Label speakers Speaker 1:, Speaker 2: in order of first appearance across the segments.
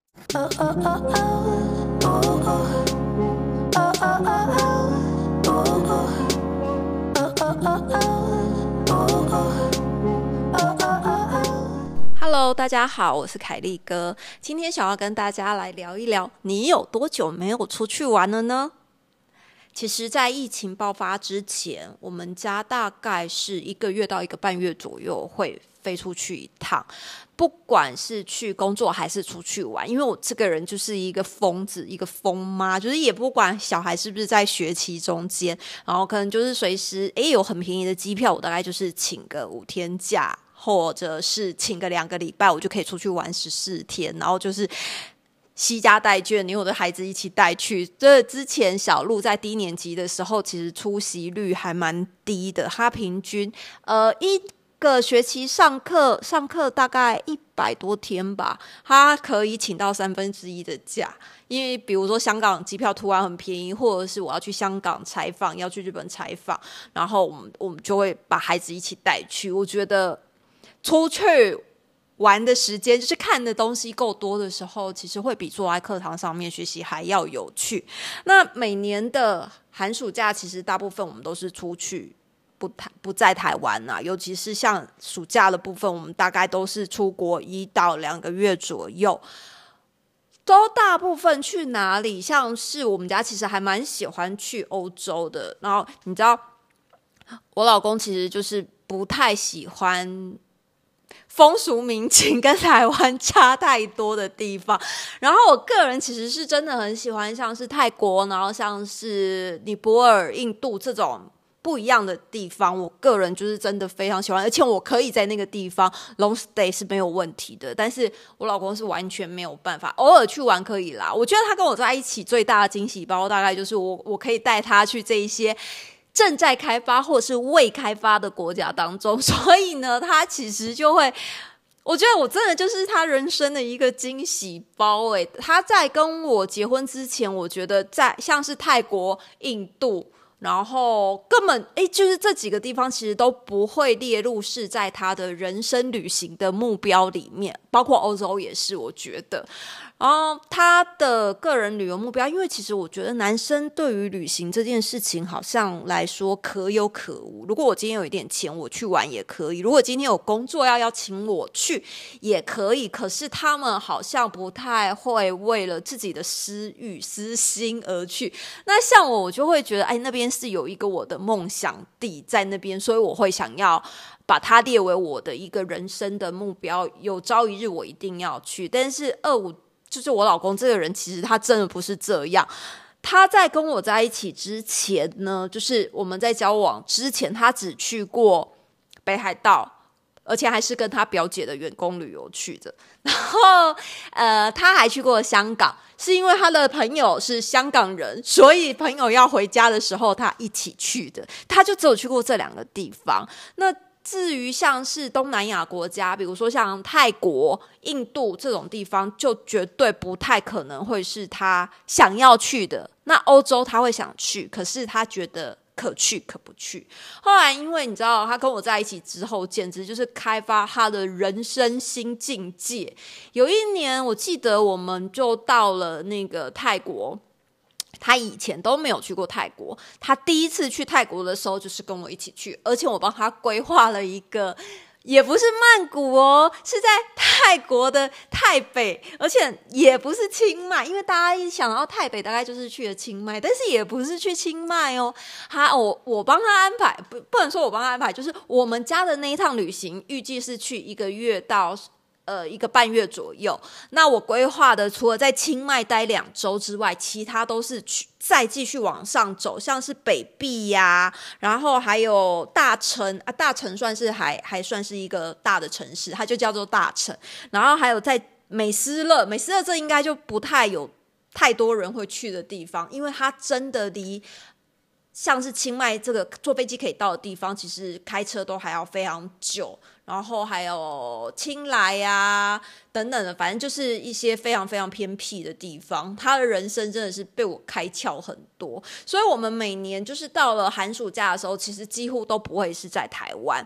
Speaker 1: Hello， 大家好，我是凯利哥。今天想要跟大家来聊一聊，你有多久没有出去玩了呢？其实在疫情爆发之前，我们家大概是1个月到1个半月左右会飞出去一趟，不管是去工作还是出去玩。因为我这个人就是一个疯子，一个疯妈，就是也不管小孩是不是在学期中间，然后可能就是随时有很便宜的机票，我大概就是请个5天假，或者是请个2个礼拜，我就可以出去玩14天，然后就是惜家带眷，你有的孩子一起带去。这之前小鹿在低年级的时候，其实出席率还蛮低的，他平均一个学期上课大概100多天吧，他可以请到1/3的假。因为比如说香港机票突然很便宜，或者是我要去香港采访，要去日本采访，然后我们就会把孩子一起带去。我觉得出去玩的时间，就是看的东西够多的时候，其实会比坐在课堂上面学习还要有趣。那每年的寒暑假，其实大部分我们都是出去，不在台湾啊，尤其是像暑假的部分，我们大概都是出国1到2个月左右。都大部分去哪里？像是我们家其实还蛮喜欢去欧洲的，然后你知道我老公其实就是不太喜欢风俗民情跟台湾差太多的地方，然后我个人其实是真的很喜欢像是泰国，然后像是尼泊尔、印度这种不一样的地方，我个人就是真的非常喜欢，而且我可以在那个地方 long stay 是没有问题的。但是我老公是完全没有办法，偶尔去玩可以啦。我觉得他跟我在一起最大的惊喜包大概就是我可以带他去这一些正在开发或者是未开发的国家当中，所以呢他其实就会，我觉得我真的就是他人生的一个惊喜包欸。他在跟我结婚之前，我觉得在像是泰国、印度，然后根本就是这几个地方其实都不会列入是在他的人生旅行的目标里面，包括欧洲也是，我觉得。然后他的个人旅游目标，因为其实我觉得男生对于旅行这件事情好像来说可有可无。如果我今天有一点钱，我去玩也可以；如果今天有工作要邀请我去也可以。可是他们好像不太会为了自己的私欲私心而去。那像我就会觉得那边是有一个我的梦想地在那边，所以我会想要把它列为我的一个人生的目标，有朝一日我一定要去。但是就是我老公这个人，其实他真的不是这样。他在跟我在一起之前呢，就是我们在交往之前，他只去过北海道，而且还是跟他表姐的员工旅游去的。然后他还去过香港，是因为他的朋友是香港人，所以朋友要回家的时候他一起去的。他就只有去过这2个地方。那至于像是东南亚国家，比如说像泰国、印度这种地方，就绝对不太可能会是他想要去的。那欧洲他会想去，可是他觉得可去可不去。后来因为你知道他跟我在一起之后，简直就是开发他的人生新境界。有一年我记得我们就到了那个泰国，他以前都没有去过泰国，他第一次去泰国的时候就是跟我一起去，而且我帮他规划了一个，也不是曼谷哦，是在泰国的台北，而且也不是清迈，因为大家一想到台北大概就是去了清迈，但是也不是去清迈哦。我帮他安排，不能说我帮他安排，就是我们家的那一趟旅行预计是去1个月到1个半月左右。那我规划的除了在清迈待2周之外，其他都是再继续往上走，像是北碧呀，然后还有大城大城算是还算是一个大的城市，它就叫做大城。然后还有在美斯乐这应该就不太有太多人会去的地方，因为它真的离像是清迈这个坐飞机可以到的地方，其实开车都还要非常久。然后还有清莱啊等等的，反正就是一些非常非常偏僻的地方。他的人生真的是被我开窍很多，所以我们每年就是到了寒暑假的时候，其实几乎都不会是在台湾。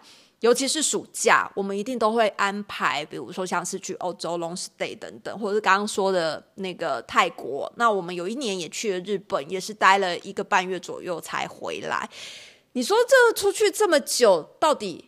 Speaker 1: 尤其是暑假，我们一定都会安排，比如说像是去欧洲 long stay 等等，或者是刚刚说的那个泰国。那我们有一年也去了日本，也是待了1个半月左右才回来。你说这出去这么久，到底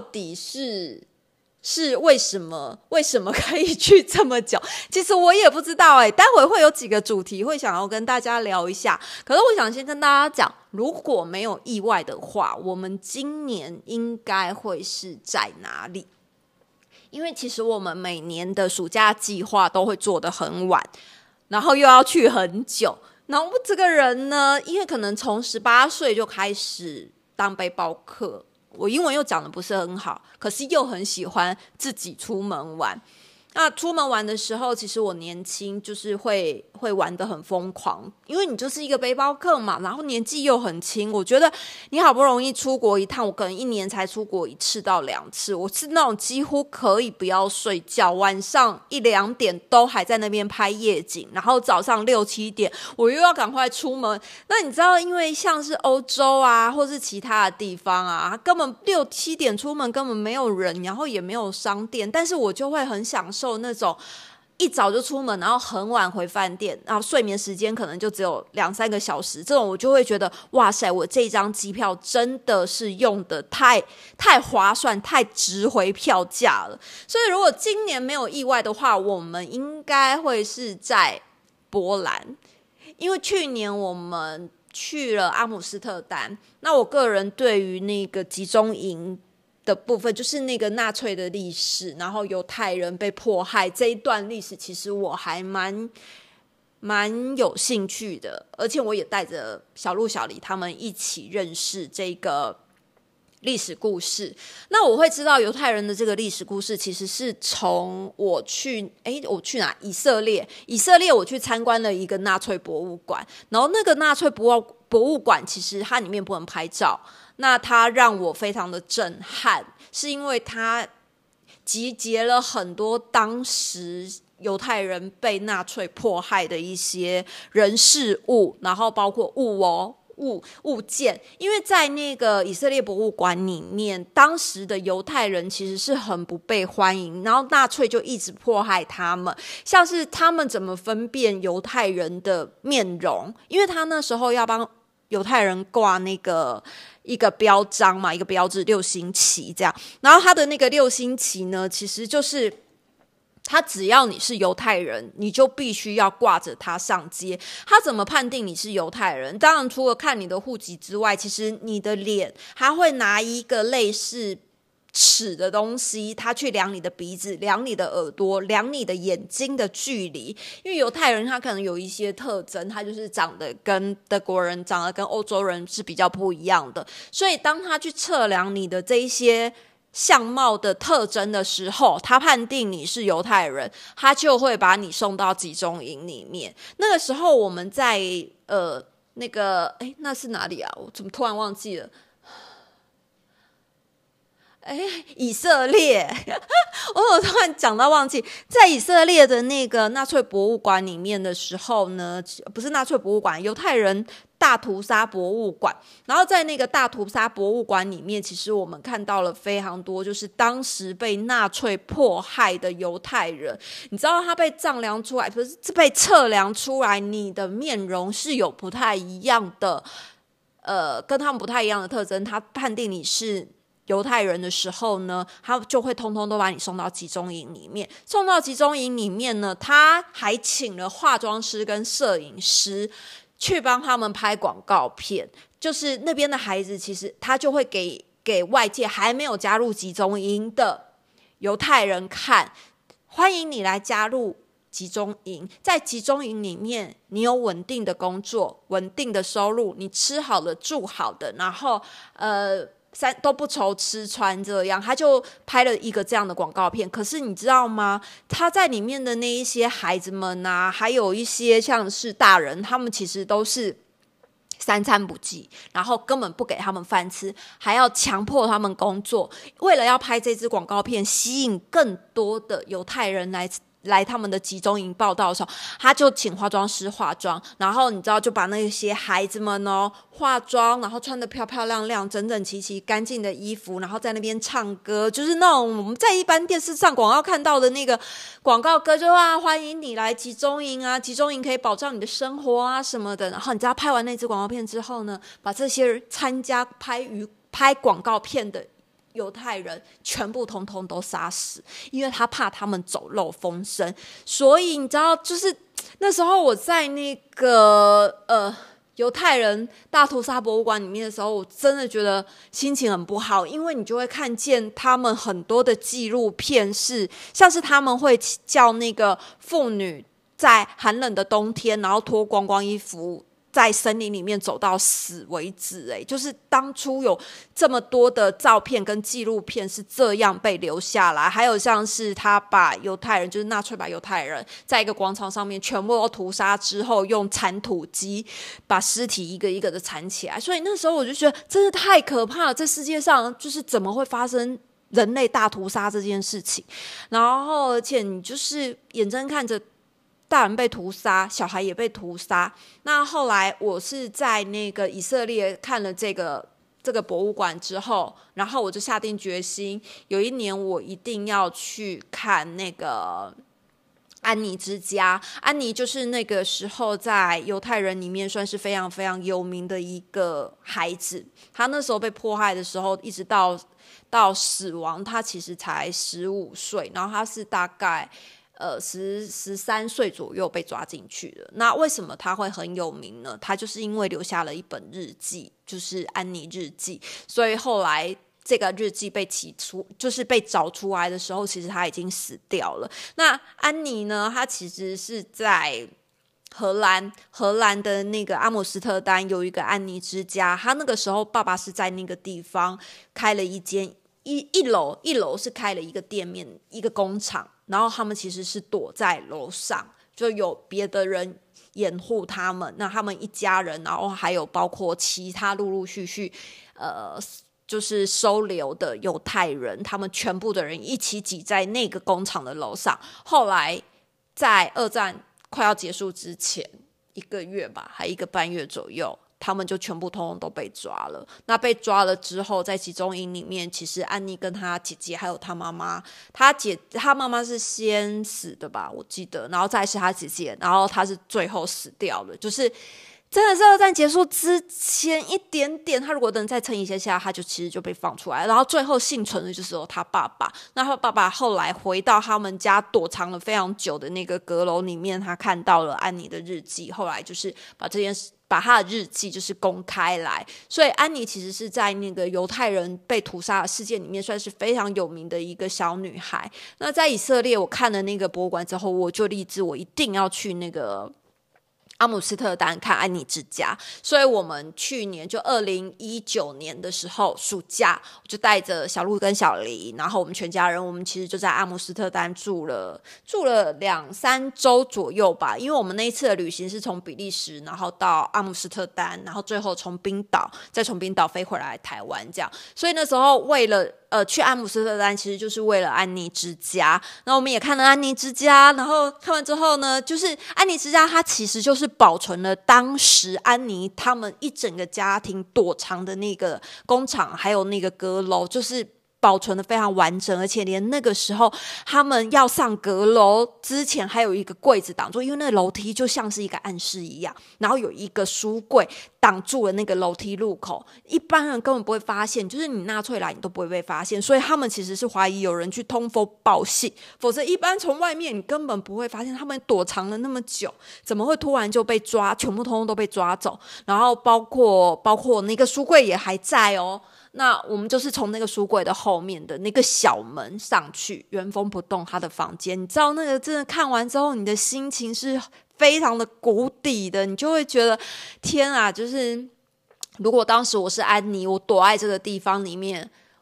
Speaker 1: 是为什么可以去这么久？其实我也不知道待会会有几个主题会想要跟大家聊一下。可是我想先跟大家讲，如果没有意外的话，我们今年应该会是在哪里？因为其实我们每年的暑假计划都会做得很晚，然后又要去很久。然后这个人呢，因为可能从18岁就开始当背包客，我英文又讲得不是很好，可是又很喜欢自己出门玩。那出门玩的时候，其实我年轻就是会玩得很疯狂，因为你就是一个背包客嘛，然后年纪又很轻。我觉得你好不容易出国一趟，我可能1年才出国1次到2次，我是那种几乎可以不要睡觉，晚上1、2点都还在那边拍夜景，然后早上6、7点我又要赶快出门。那你知道，因为像是欧洲啊，或是其他的地方啊，根本6、7点出门根本没有人，然后也没有商店，但是我就会很享受那种一早就出门，然后很晚回饭店，然后睡眠时间可能就只有2、3个小时，这种我就会觉得哇塞，我这张机票真的是用的太划算，太值回票价了。所以如果今年没有意外的话，我们应该会是在波兰，因为去年我们去了阿姆斯特丹。那我个人对于那个集中营的部分，就是那个纳粹的历史，然后犹太人被迫害这一段历史，其实我还蛮有兴趣的，而且我也带着小鹿小李他们一起认识这个历史故事。那我会知道犹太人的这个历史故事，其实是从我去哪？以色列我去参观了一个纳粹博物馆，然后那个纳粹博物馆其实它里面不能拍照，那它让我非常的震撼，是因为它集结了很多当时犹太人被纳粹迫害的一些人事物，然后包括物件。因为在那个以色列博物馆里面，当时的犹太人其实是很不被欢迎，然后纳粹就一直迫害他们，像是他们怎么分辨犹太人的面容，因为他那时候要帮犹太人挂那个一个标章嘛，一个标志6星旗这样，然后他的那个6星旗呢，其实就是他只要你是犹太人，你就必须要挂着它上街。他怎么判定你是犹太人？当然除了看你的户籍之外，其实你的脸还会拿一个类似尺的东西，他去量你的鼻子，量你的耳朵，量你的眼睛的距离。因为犹太人他可能有一些特征，他就是长得跟德国人长得跟欧洲人是比较不一样的，所以当他去测量你的这一些相貌的特征的时候，他判定你是犹太人，他就会把你送到集中营里面。那个时候我们在那是哪里啊？我怎么突然忘记了？以色列我突然讲到忘记，在以色列的那个纳粹博物馆里面的时候呢，不是纳粹博物馆，犹太人大屠杀博物馆。然后在那个大屠杀博物馆里面，其实我们看到了非常多就是当时被纳粹迫害的犹太人。你知道他被丈量出来，不是被测量出来，你的面容是有不太一样的跟他们不太一样的特征，他判定你是犹太人的时候呢，他就会通通都把你送到集中营里面。送到集中营里面呢，他还请了化妆师跟摄影师去帮他们拍广告片。就是那边的孩子，其实他就会给外界还没有加入集中营的犹太人看，欢迎你来加入集中营。在集中营里面，你有稳定的工作，稳定的收入，你吃好了住好的，然后都不愁吃穿，这样他就拍了一个这样的广告片。可是你知道吗？他在里面的那一些孩子们啊，还有一些像是大人，他们其实都是3餐不继，然后根本不给他们饭吃，还要强迫他们工作，为了要拍这支广告片，吸引更多的犹太人来他们的集中营报道的时候，他就请化妆师化妆，然后你知道就把那些孩子们化妆，然后穿得漂漂亮亮、整整齐齐、干净的衣服，然后在那边唱歌，就是那种我们在一般电视上广告看到的那个广告歌，就欢迎你来集中营啊，集中营可以保障你的生活啊什么的。然后你知道拍完那支广告片之后呢，把这些参加拍广告片的犹太人全部通通都杀死，因为他怕他们走漏风声。所以你知道，就是那时候我在那个犹太人大屠杀博物馆里面的时候，我真的觉得心情很不好，因为你就会看见他们很多的纪录片像是他们会叫那个妇女在寒冷的冬天，然后脱光光衣服在森林里面走到死为止。就是当初有这么多的照片跟纪录片是这样被留下来。还有像是他把犹太人，就是纳粹把犹太人在一个广场上面全部都屠杀之后，用铲土机把尸体一个一个的铲起来。所以那时候我就觉得真是太可怕了，这世界上就是怎么会发生人类大屠杀这件事情。然后而且你就是眼睁看着大人被屠杀，小孩也被屠杀。那后来我是在那个以色列看了这个博物馆之后，然后我就下定决心，有一年我一定要去看那个安妮之家。安妮就是那个时候在犹太人里面算是非常非常有名的一个孩子。他那时候被迫害的时候，一直到死亡，他其实才15岁，然后他是大概13岁左右被抓进去的。那为什么他会很有名呢？他就是因为留下了一本日记，就是安妮日记。所以后来这个日记就是被找出来的时候，其实他已经死掉了。那安妮呢，她其实是在荷兰的那个阿姆斯特丹有一个安妮之家。他那个时候爸爸是在那个地方开了一间一楼是开了一个店面，一个工厂，然后他们其实是躲在楼上，就有别的人掩护他们。那他们一家人，然后还有包括其他陆陆续续就是收留的犹太人，他们全部的人一起挤在那个工厂的楼上。后来在二战快要结束之前1个月吧，还1个半月左右，他们就全部通通都被抓了。那被抓了之后，在集中营里面，其实安妮跟她姐姐还有她妈妈，她妈妈是先死的吧，我记得，然后再是她姐姐，然后她是最后死掉了。就是真的是二战结束之前一点点，他如果能再撑一下，他其实就被放出来。然后最后幸存的就是他爸爸。那他爸爸后来回到他们家躲藏了非常久的那个阁楼里面，他看到了安妮的日记，后来就是把他的日记就是公开来。所以安妮其实是在那个犹太人被屠杀的事件里面算是非常有名的一个小女孩。那在以色列我看了那个博物馆之后，我就立志我一定要去那个阿姆斯特丹看安妮之家。所以我们去年就2019年的时候暑假，我就带着小鹿跟小黎，然后我们全家人，我们其实就在阿姆斯特丹住了2-3周左右吧。因为我们那一次的旅行是从比利时然后到阿姆斯特丹，然后最后从冰岛再从冰岛飞回来台湾这样。所以那时候为了去阿姆斯特丹其实就是为了安妮之家。然后我们也看了安妮之家，然后看完之后呢，就是安妮之家它其实就是保存了当时安妮他们一整个家庭躲藏的那个工厂还有那个阁楼，就是保存的非常完整。而且连那个时候他们要上阁楼之前还有一个柜子挡住，因为那个楼梯就像是一个暗室一样，然后有一个书柜挡住了那个楼梯入口，一般人根本不会发现，就是你纳粹来你都不会被发现。所以他们其实是怀疑有人去通风报信，否则一般从外面你根本不会发现他们躲藏了那么久，怎么会突然就被抓，全部通通都被抓走。然后包括那个书柜也还在哦。那我们就是从那个书柜的后面的那个小门上去，原封不动他的房间。你知道那个真的看完之后你的心情是非常的谷底的，你就会觉得天啊，就是如果当时我是安妮，我躲在这个地方里面，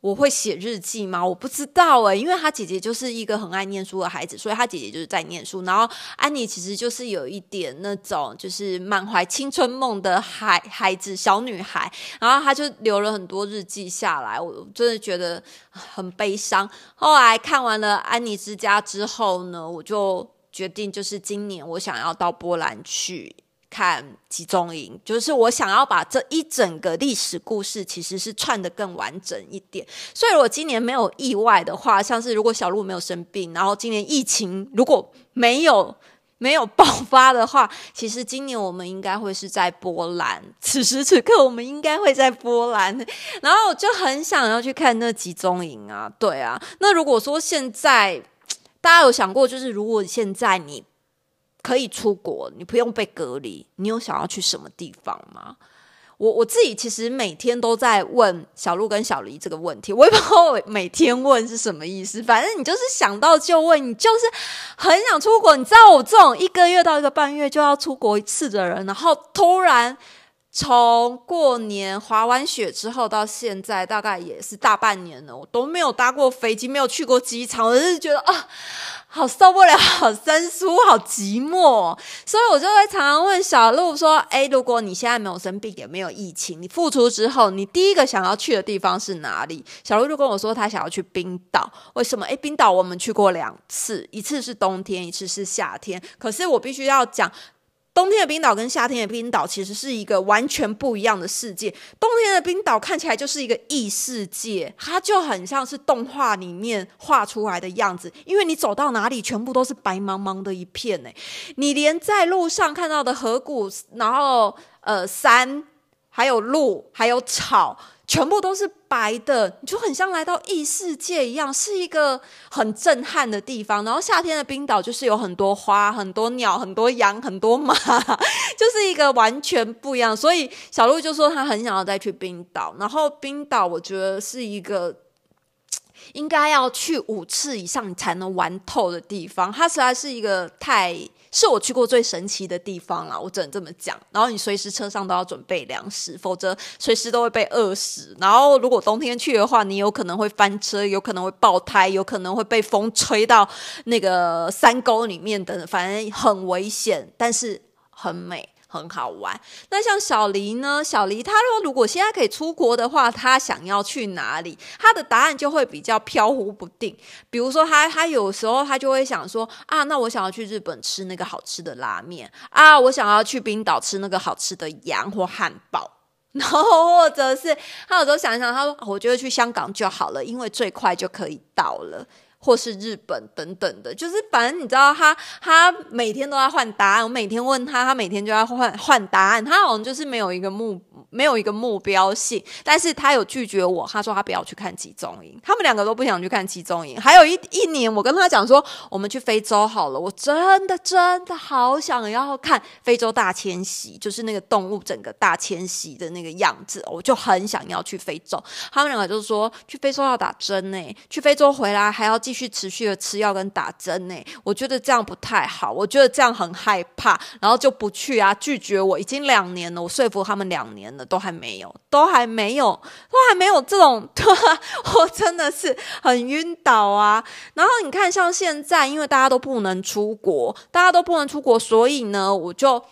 Speaker 1: 我会写日记吗？我不知道因为他姐姐就是一个很爱念书的孩子，所以他姐姐就是在念书。然后安妮其实就是有一点那种就是满怀青春梦的孩子，小女孩。然后他就留了很多日记下来，我真的觉得很悲伤。后来看完了安妮之家之后呢，我就决定就是今年我想要到波兰去看集中营，就是我想要把这一整个历史故事其实是串得更完整一点。所以我今年没有意外的话，像是如果小鹿没有生病，然后今年疫情如果没有爆发的话，其实今年我们应该会是在波兰，此时此刻我们应该会在波兰。然后我就很想要去看那集中营啊，对啊。那如果说现在大家有想过，就是如果现在你可以出国，你不用被隔离，你有想要去什么地方吗？我自己其实每天都在问小鹿跟小黎这个问题，我也不知道我每天问是什么意思，反正你就是想到就问，你就是很想出国。你知道我这种1个月到1个半月就要出国一次的人，然后突然从过年滑完雪之后到现在大概也是大半年了，我都没有搭过飞机，没有去过机场，我就是觉得好受不了，好生疏，好寂寞。所以我就会常常问小鹿说如果你现在没有生病也没有疫情，你复出之后你第一个想要去的地方是哪里？小鹿就跟我说他想要去冰岛。为什么？冰岛我们去过2次，一次是冬天，一次是夏天。可是我必须要讲，冬天的冰岛跟夏天的冰岛其实是一个完全不一样的世界。冬天的冰岛看起来就是一个异世界，它就很像是动画里面画出来的样子，因为你走到哪里全部都是白茫茫的一片你连在路上看到的河谷，然后山，还有路，还有草，全部都是白的，你就很像来到异世界一样，是一个很震撼的地方。然后夏天的冰岛就是有很多花，很多鸟，很多羊，很多马，就是一个完全不一样。所以小鹿就说他很想要再去冰岛，然后冰岛我觉得是一个应该要去5次以上你才能玩透的地方，它实在是一个是我去过最神奇的地方啦，我只能这么讲。然后你随时车上都要准备粮食，否则随时都会被饿死。然后如果冬天去的话，你有可能会翻车，有可能会爆胎，有可能会被风吹到那个山沟里面的，反正很危险，但是很美，很好玩。那像小黎呢？小黎他如果现在可以出国的话，他想要去哪里？他的答案就会比较飘忽不定。比如说他有时候他就会想说那我想要去日本吃那个好吃的拉面我想要去冰岛吃那个好吃的羊或汉堡。然后或者是他有时候想一想，他说我觉得去香港就好了，因为最快就可以到了，或是日本等等的。就是反正你知道他每天都在换答案，我每天问他每天就在换答案。他好像就是没有一个目标性，但是他有拒绝我，他说他不要去看集中营，他们2个都不想去看集中营。还有一年我跟他讲说我们去非洲好了，我真的好想要看非洲大迁徙，就是那个动物整个大迁徙的那个样子，我就很想要去非洲。他们2个就说去非洲要打针去非洲回来还要继续持续的吃药跟打针我觉得这样不太好，我觉得这样很害怕，然后就不去拒绝我。已经2年了，我说服他们2年了，都还没有这种我真的是很晕倒然后你看像现在因为大家都不能出国，所以呢我就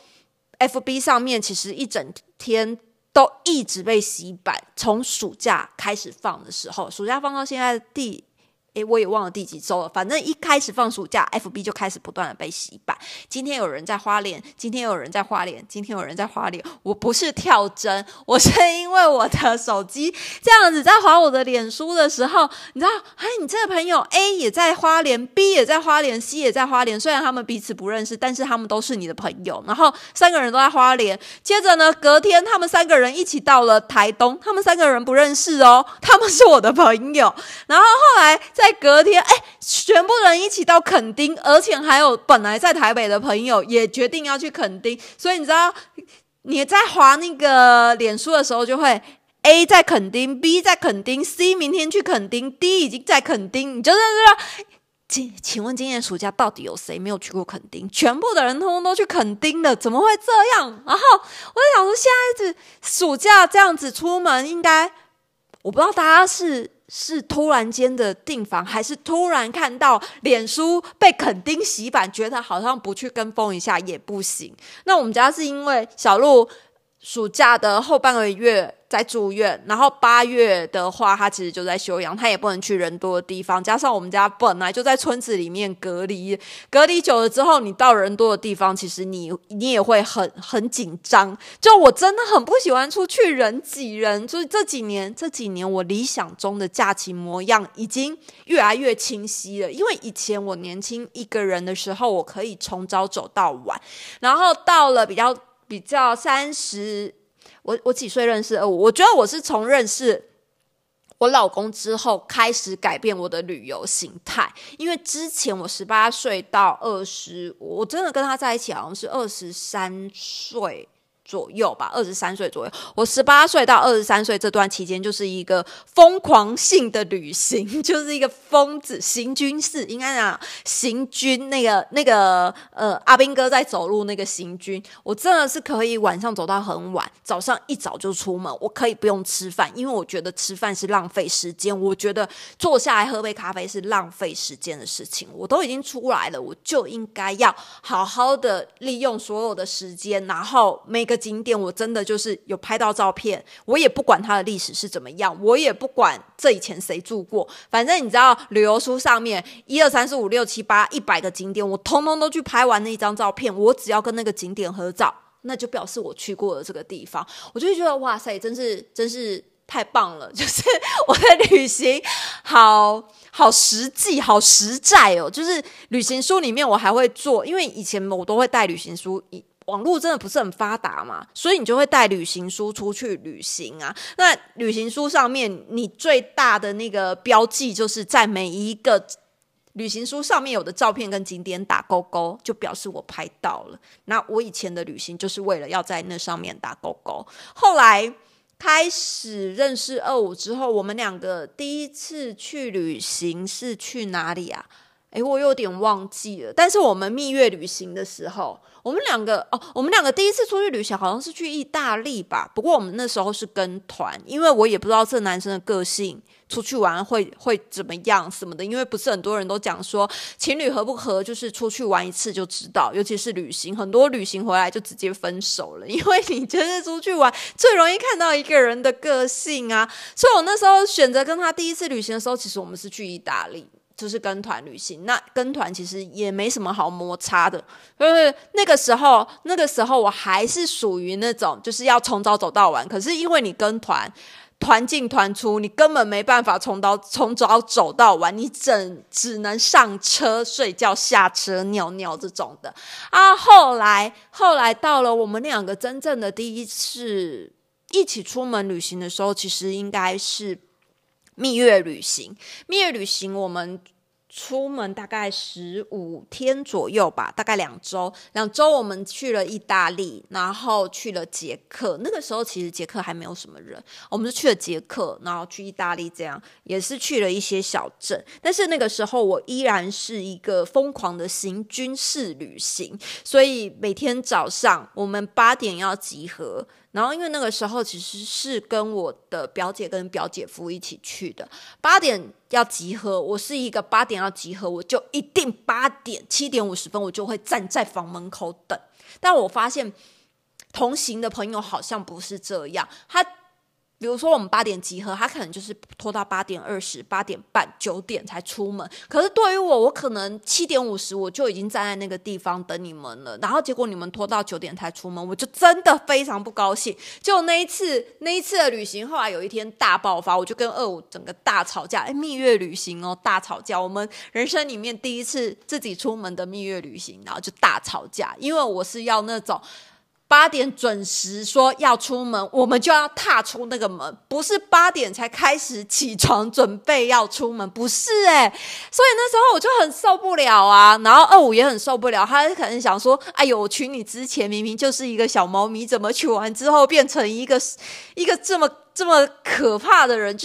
Speaker 1: FB 上面其实一整天都一直被洗版。从暑假开始放的时候，暑假放到现在我也忘了第几周了，反正一开始放暑假 FB 就开始不断的被洗版。今天有人在花莲，今天有人在花莲，今天有人在花莲。我不是跳针，我是因为我的手机这样子在滑我的脸书的时候，你知道你这个朋友 A 也在花莲， B 也在花莲， C 也在花莲，虽然他们彼此不认识，但是他们都是你的朋友。然后3个人都在花莲，接着呢隔天他们3个人一起到了台东，他们3个人不认识他们是我的朋友。然后后来在隔天全部人一起到垦丁，而且还有本来在台北的朋友也决定要去垦丁。所以你知道你在滑那个脸书的时候就会 A 在垦丁， B 在垦丁， C 明天去垦丁， D 已经在垦丁。你就是请问今年暑假到底有谁没有去过垦丁？全部的人通通都去垦丁了，怎么会这样？然后我就想说现在暑假这样子出门应该我不知道大家是突然间的订房，还是突然看到脸书被垦丁洗版，觉得好像不去跟风一下也不行。那我们家是因为小鹿暑假的后半个月在住院，然后8月的话他其实就在休养，他也不能去人多的地方，加上我们家本来就在村子里面隔离久了之后，你到人多的地方，其实你也会很紧张。就我真的很不喜欢出去人挤人，所以这几年我理想中的假期模样已经越来越清晰了。因为以前我年轻一个人的时候，我可以从早走到晚，然后到了比较30，我几岁认识25？我觉得我是从认识我老公之后开始改变我的旅游形态。因为之前我18岁到25，我真的跟他在一起好像是23岁左右吧，23岁左右。我18岁到23岁这段期间就是一个疯狂性的旅行，就是一个疯子行军式，应该讲行军那个阿兵哥在走路那个行军。我真的是可以晚上走到很晚，早上一早就出门，我可以不用吃饭，因为我觉得吃饭是浪费时间，我觉得坐下来喝杯咖啡是浪费时间的事情。我都已经出来了，我就应该要好好的利用所有的时间，然后每个景点我真的就是有拍到照片，我也不管它的历史是怎么样，我也不管这以前谁住过，反正你知道旅游书上面1、2、3、4、5、6、7、8 100个景点，我通通都去拍完那一张照片，我只要跟那个景点合照，那就表示我去过了这个地方。我就会觉得哇塞，真是太棒了，就是我的旅行好实际好实在哦。就是旅行书里面我还会做，因为以前我都会带旅行书，网络真的不是很发达嘛，所以你就会带旅行书出去旅行啊。那旅行书上面你最大的那个标记就是在每一个旅行书上面有的照片跟景点打勾勾，就表示我拍到了。那我以前的旅行就是为了要在那上面打勾勾。后来开始认识25之后，我们两个第一次去旅行是去哪里啊？我有点忘记了。但是我们蜜月旅行的时候，我们两个第一次出去旅行好像是去意大利吧。不过我们那时候是跟团，因为我也不知道这男生的个性出去玩会怎么样什么的。因为不是很多人都讲说情侣合不合就是出去玩一次就知道，尤其是旅行，很多旅行回来就直接分手了，因为你就是出去玩最容易看到一个人的个性啊。所以我那时候选择跟他第一次旅行的时候，其实我们是去意大利，就是跟团旅行。那跟团其实也没什么好摩擦的，就是那个时候我还是属于那种就是要从早走到晚。可是因为你跟团进团出，你根本没办法从早走到晚，你只能上车睡觉，下车尿尿这种的啊。后来到了我们两个真正的第一次一起出门旅行的时候，其实应该是蜜月旅行。我们出门大概15天左右吧，大概2周。我们去了意大利，然后去了捷克。那个时候其实捷克还没有什么人，我们是去了捷克，然后去意大利，这样也是去了一些小镇。但是那个时候我依然是一个疯狂的行军式旅行，所以每天早上我们8点要集合。然后因为那个时候其实是跟我的表姐跟表姐夫一起去的，8点要集合，我是一个8点要集合，我就一定7点50分我就会站在房门口等。但我发现同行的朋友好像不是这样，比如说我们8点集合，他可能就是拖到8点20、8点半、9点才出门。可是对于我可能7点50我就已经站在那个地方等你们了，然后结果你们拖到9点才出门，我就真的非常不高兴。就那一次的旅行，后来有一天大爆发，我就跟25整个大吵架。蜜月旅行哦，大吵架，我们人生里面第一次自己出门的蜜月旅行，然后就大吵架，因为我是要那种8点准时说要出门，我们就要踏出那个门，不是8点才开始起床准备要出门，不是所以那时候我就很受不了啊。然后25也很受不了，他可能想说，哎呦，我娶你之前明明就是一个小猫咪，怎么娶完之后变成一个这么可怕的人，就是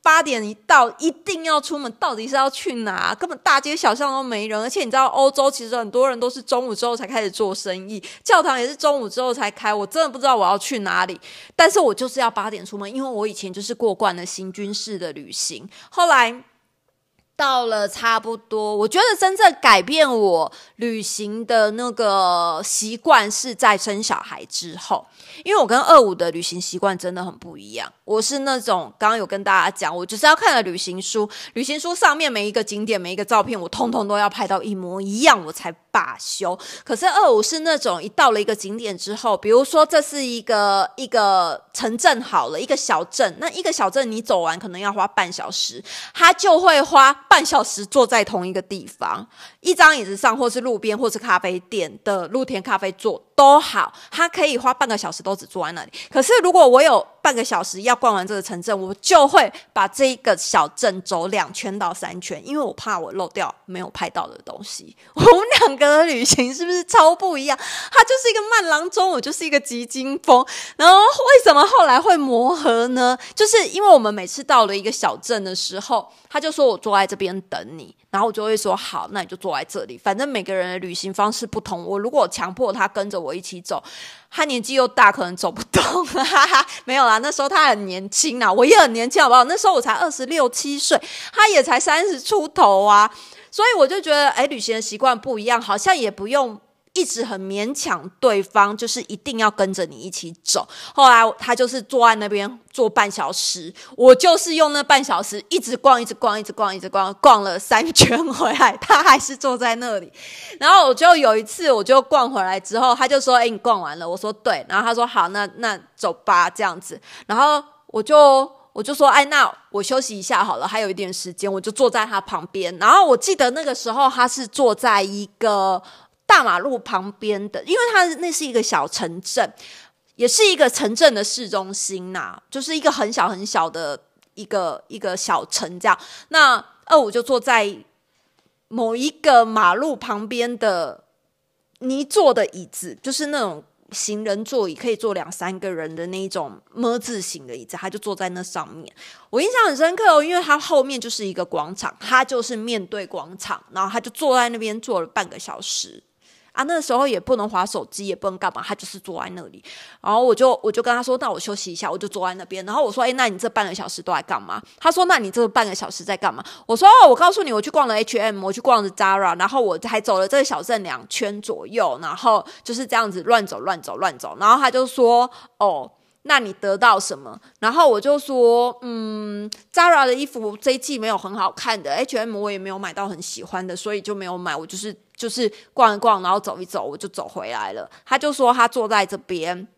Speaker 1: 8点一到一定要出门，到底是要去哪？根本大街小巷都没人，而且你知道欧洲其实很多人都是中午之后才开始做生意，教堂也是中午之后才开，我真的不知道我要去哪里，但是我就是要8点出门，因为我以前就是过惯了行军式的旅行，后来到了差不多，我觉得真正改变我旅行的那个习惯是在生小孩之后，因为我跟25的旅行习惯真的很不一样。我是那种刚刚有跟大家讲，我就是要看了旅行书，旅行书上面每一个景点每一个照片我通通都要拍到一模一样我才罢休。可是25是那种一到了一个景点之后，比如说这是一个城镇好了，一个小镇，那一个小镇你走完可能要花半小时，他就会花半小时坐在同一个地方，一张椅子上，或是路边或是咖啡店的露天咖啡座都好，他可以花半个小时都只坐在那里。可是如果我有半个小时要逛完这个城镇，我就会把这个小镇走2圈到3圈，因为我怕我漏掉没有拍到的东西。我们两个的旅行是不是超不一样？他就是一个慢郎中，我就是一个急惊风。然后为什么后来会磨合呢？就是因为我们每次到了一个小镇的时候，他就说我坐在这边等你，然后我就会说好，那你就坐在这里。反正每个人的旅行方式不同，我如果强迫他跟着我一起走，他年纪又大，可能走不动。没有啦，那时候他很年轻啦，我也很年轻，好不好？那时候我才26、7岁，他也才30出头啊。所以我就觉得，旅行的习惯不一样，好像也不用一直很勉强对方，就是一定要跟着你一起走。后来他就是坐在那边坐半小时，我就是用那半小时一直逛，逛了3圈回来，他还是坐在那里。然后我就有一次，我就逛回来之后，他就说：“你逛完了？”我说：“对。”然后他说：“好，那走吧，这样子。”然后我就说：“那我休息一下好了，还有一点时间。”我就坐在他旁边。然后我记得那个时候他是坐在一个大马路旁边的，因为他那是一个小城镇，也是一个城镇的市中心呐，就是一个很小很小的一个小城这样。那25就坐在某一个马路旁边的泥做的椅子，就是那种行人座椅，可以坐2、3个人的那一种么字形的椅子，他就坐在那上面。我印象很深刻因为他后面就是一个广场，他就是面对广场，然后他就坐在那边坐了半个小时啊，那时候也不能滑手机，也不能干嘛，他就是坐在那里。然后我就跟他说，那我休息一下，我就坐在那边。然后我说，那你这半个小时都在干嘛？他说，那你这半个小时在干嘛？我说，我告诉你，我去逛了 H&M， 我去逛了 Zara， 然后我还走了这个小镇2圈左右，然后就是这样子乱走。然后他就说，那你得到什么？然后我就说Zara 的衣服这一季没有很好看的， H&M 我也没有买到很喜欢的，所以就没有买。我就是逛一逛，然后走一走，我就走回来了。他就说他坐在这边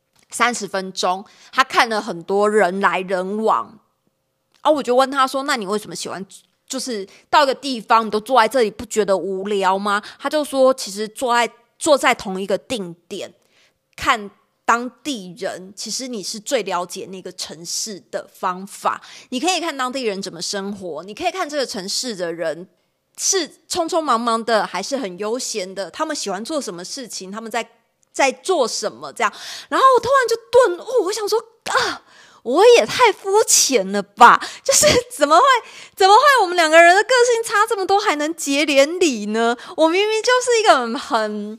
Speaker 1: 30分钟，他看了很多人来人往。我就问他说，那你为什么喜欢就是到一个地方你都坐在这里不觉得无聊吗？他就说其实坐在同一个定点看当地人，其实你是最了解那个城市的方法。你可以看当地人怎么生活，你可以看这个城市的人是匆匆忙忙的还是很悠闲的，他们喜欢做什么事情，他们在做什么这样。然后我突然就顿悟，我想说我也太肤浅了吧，就是怎么会我们2个人的个性差这么多还能结连理呢？我明明就是一个很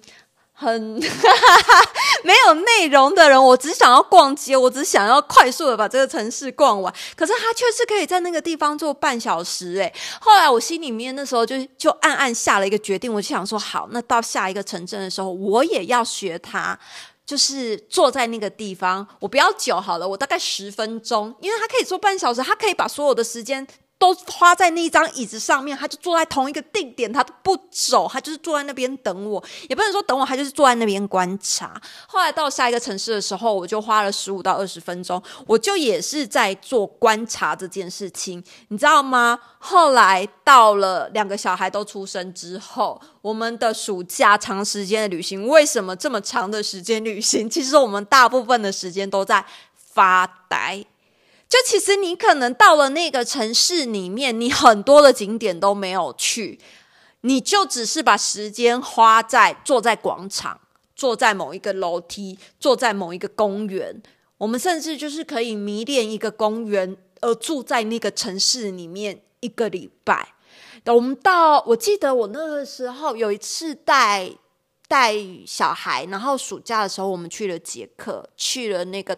Speaker 1: 没有内容的人，我只想要逛街，我只想要快速的把这个城市逛完，可是他却是可以在那个地方坐半小时后来我心里面那时候就暗暗下了一个决定，我就想说好，那到下一个城镇的时候我也要学他，就是坐在那个地方，我不要久好了，我大概10分钟，因为他可以坐半小时，他可以把所有的时间都花在那一张椅子上面，他就坐在同一个定点，他都不走，他就是坐在那边等我，也不能说等我，他就是坐在那边观察。后来到下一个城市的时候，我就花了15到20分钟，我就也是在做观察这件事情，你知道吗？后来到了2个小孩都出生之后，我们的暑假长时间的旅行，为什么这么长的时间旅行？其实我们大部分的时间都在发呆。就其实你可能到了那个城市里面，你很多的景点都没有去，你就只是把时间花在坐在广场，坐在某一个楼梯，坐在某一个公园。我们甚至就是可以迷恋一个公园而住在那个城市里面1个礼拜。我记得我那个时候有一次带小孩，然后暑假的时候我们去了捷克，去了那个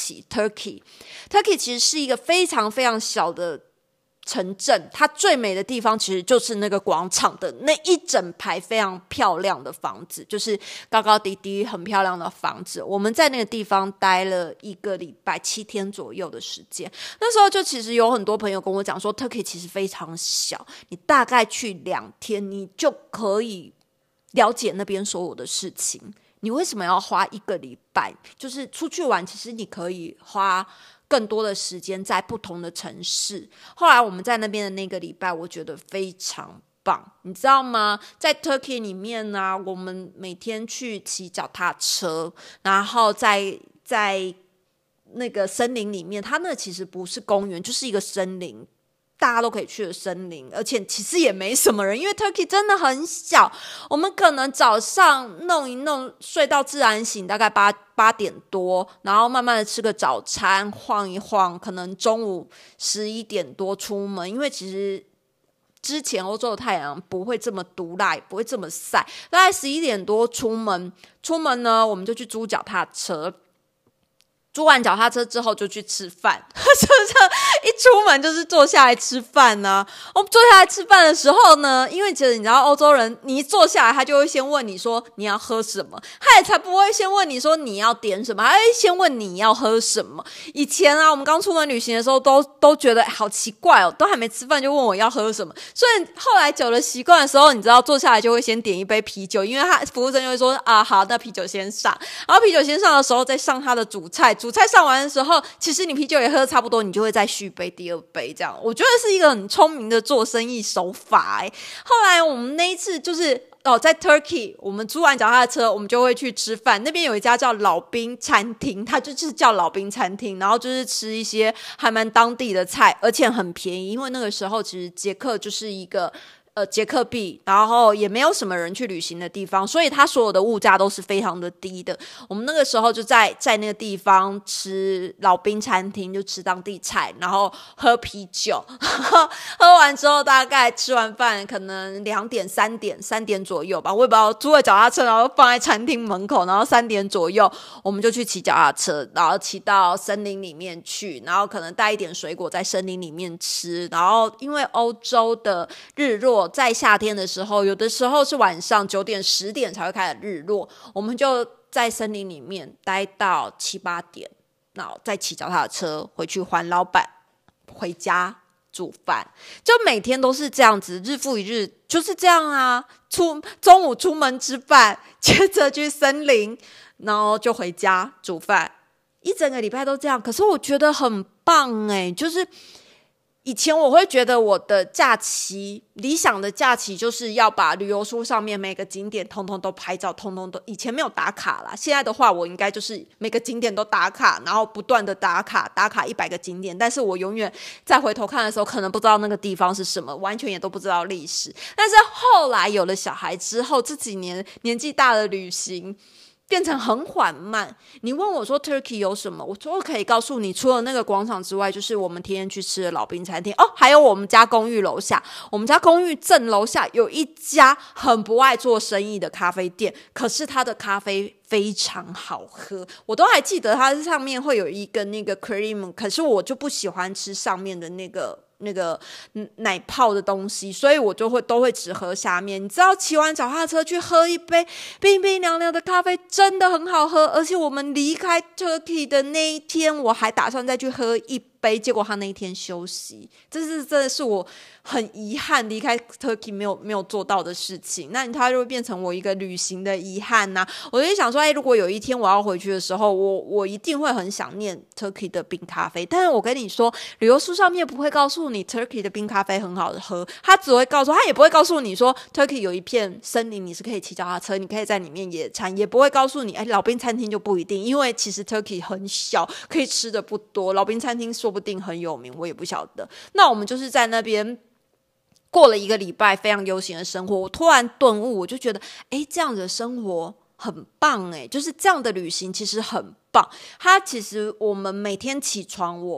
Speaker 1: Turkey 其实是一个非常非常小的城镇，它最美的地方其实就是那个广场的那一整排非常漂亮的房子，就是高高低低很漂亮的房子。我们在那个地方待了1个礼拜7天左右的时间。那时候就其实有很多朋友跟我讲说 Turkey 其实非常小，你大概去2天你就可以了解那边所有的事情。你为什么要花1个礼拜？就是出去玩，其实你可以花更多的时间在不同的城市。后来我们在那边的那个礼拜，我觉得非常棒，你知道吗？在 Turkey 里面呢，我们每天去骑脚踏车，然后在那个森林里面，它那其实不是公园，就是一个森林，大家都可以去的森林，而且其实也没什么人，因为 Turkey 真的很小。我们可能早上弄一弄，睡到自然醒，大概8点多，然后慢慢的吃个早餐，晃一晃，可能中午11点多出门，因为其实之前欧洲的太阳不会这么毒辣，也不会这么晒，大概11点多出门呢，我们就去租脚踏车。租完脚踏车之后就去吃饭，一出门就是坐下来吃饭呢。我们坐下来吃饭的时候呢，因为其实你知道欧洲人，你一坐下来他就会先问你说你要喝什么，他也才不会先问你说你要点什么，他会先问你要喝什么。以前啊，我们刚出门旅行的时候都觉得好奇怪哦，都还没吃饭就问我要喝什么。所以后来久了习惯的时候，你知道坐下来就会先点一杯啤酒，因为他服务生就会说啊好，那啤酒先上，然后啤酒先上的时候再上他的主菜上完的时候，其实你啤酒也喝得差不多，你就会再续杯第2杯这样。我觉得是一个很聪明的做生意手法后来我们那一次就是在 Turkey 我们租完脚踏车我们就会去吃饭，那边有一家叫老兵餐厅，它就是叫老兵餐厅，然后就是吃一些还蛮当地的菜，而且很便宜，因为那个时候其实捷克就是一个捷克币，然后也没有什么人去旅行的地方，所以它所有的物价都是非常的低的。我们那个时候就在那个地方吃老兵餐厅，就吃当地菜，然后喝啤酒喝完之后大概吃完饭可能2点3点左右吧，我也不知道，租了脚踏车然后放在餐厅门口，然后3点左右我们就去骑脚踏车，然后骑到森林里面去，然后可能带一点水果在森林里面吃。然后因为欧洲的日落在夏天的时候，有的时候是晚上9点10点才会开始日落，我们就在森林里面待到7、8点，然后再骑脚踏车回去还老板，回家煮饭，就每天都是这样子，日复一日就是这样啊。中午出门吃饭，接着去森林，然后就回家煮饭，一整个礼拜都这样。可是我觉得很棒就是以前我会觉得我的假期，理想的假期就是要把旅游书上面每个景点通通都拍照，通通都，以前没有打卡啦，现在的话我应该就是每个景点都打卡，然后不断的打卡100个景点，但是我永远再回头看的时候可能不知道那个地方是什么，完全也都不知道历史。但是后来有了小孩之后，这几年年纪大的旅行变成很缓慢。你问我说 Turkey 有什么，我说可以告诉你，除了那个广场之外，就是我们天天去吃的老兵餐厅还有我们家公寓楼下，我们家公寓正楼下有一家很不爱做生意的咖啡店，可是它的咖啡非常好喝，我都还记得它上面会有一个那个 cream， 可是我就不喜欢吃上面的那个奶泡的东西，所以我就都会只喝下面。你知道骑完脚踏车去喝一杯冰冰凉凉的咖啡真的很好喝，而且我们离开 Turkey 的那一天我还打算再去喝一杯，结果他那一天休息，真的是我很遗憾离开 Turkey 没有做到的事情。那它就会变成我一个旅行的遗憾啊。我就想说如果有一天我要回去的时候，我一定会很想念 Turkey 的冰咖啡。但是我跟你说，旅游书上面不会告诉你 Turkey 的冰咖啡很好喝，他也不会告诉你说 Turkey 有一片森林，你是可以骑脚踏车，你可以在里面野餐，也不会告诉你老兵餐厅就不一定，因为其实 Turkey 很小，可以吃的不多，老兵餐厅说不定很有名，我也不晓得。那我们就是在那边过了1个礼拜非常悠闲的生活，我突然顿悟，我就觉得这样子的生活很棒就是这样的旅行其实很棒。它其实我们每天起床，我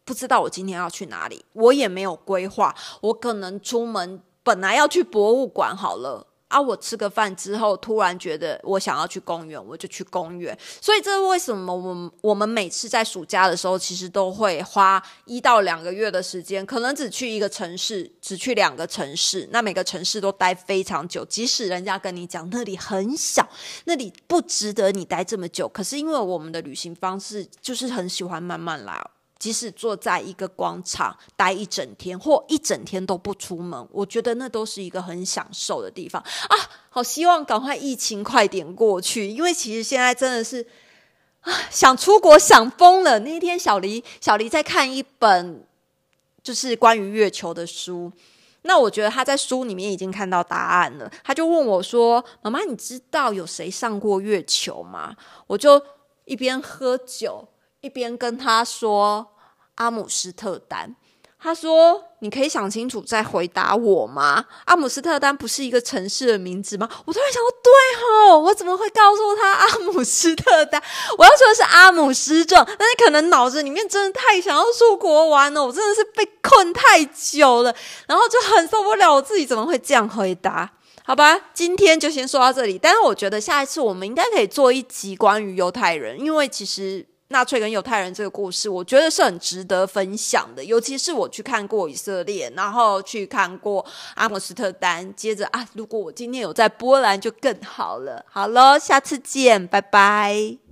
Speaker 1: 不知道我今天要去哪里，我也没有规划，我可能出门本来要去博物馆好了啊，我吃个饭之后突然觉得我想要去公园，我就去公园。所以这是为什么我们每次在暑假的时候其实都会花1到2个月的时间，可能只去一个城市，只去2个城市，那每个城市都待非常久，即使人家跟你讲那里很小，那里不值得你待这么久，可是因为我们的旅行方式就是很喜欢慢慢来，即使坐在一个广场待一整天或一整天都不出门，我觉得那都是一个很享受的地方啊！好希望赶快疫情快点过去，因为其实现在真的是想出国想疯了。那天小黎在看一本就是关于月球的书，那我觉得他在书里面已经看到答案了，他就问我说：“妈妈，你知道有谁上过月球吗？”我就一边喝酒一边跟他说阿姆斯特丹。他说：“你可以想清楚再回答我吗？阿姆斯特丹不是一个城市的名字吗？”我突然想到，对吼，我怎么会告诉他阿姆斯特丹？我要说的是阿姆斯壮，但是可能脑子里面真的太想要出国玩了，我真的是被困太久了，然后就很受不了我自己怎么会这样回答。好吧，今天就先说到这里。但是我觉得下一次我们应该可以做一集关于犹太人，因为其实纳粹跟犹太人这个故事，我觉得是很值得分享的。尤其是我去看过以色列，然后去看过阿姆斯特丹，接着如果我今天有在波兰就更好了。好咯，下次见，拜拜。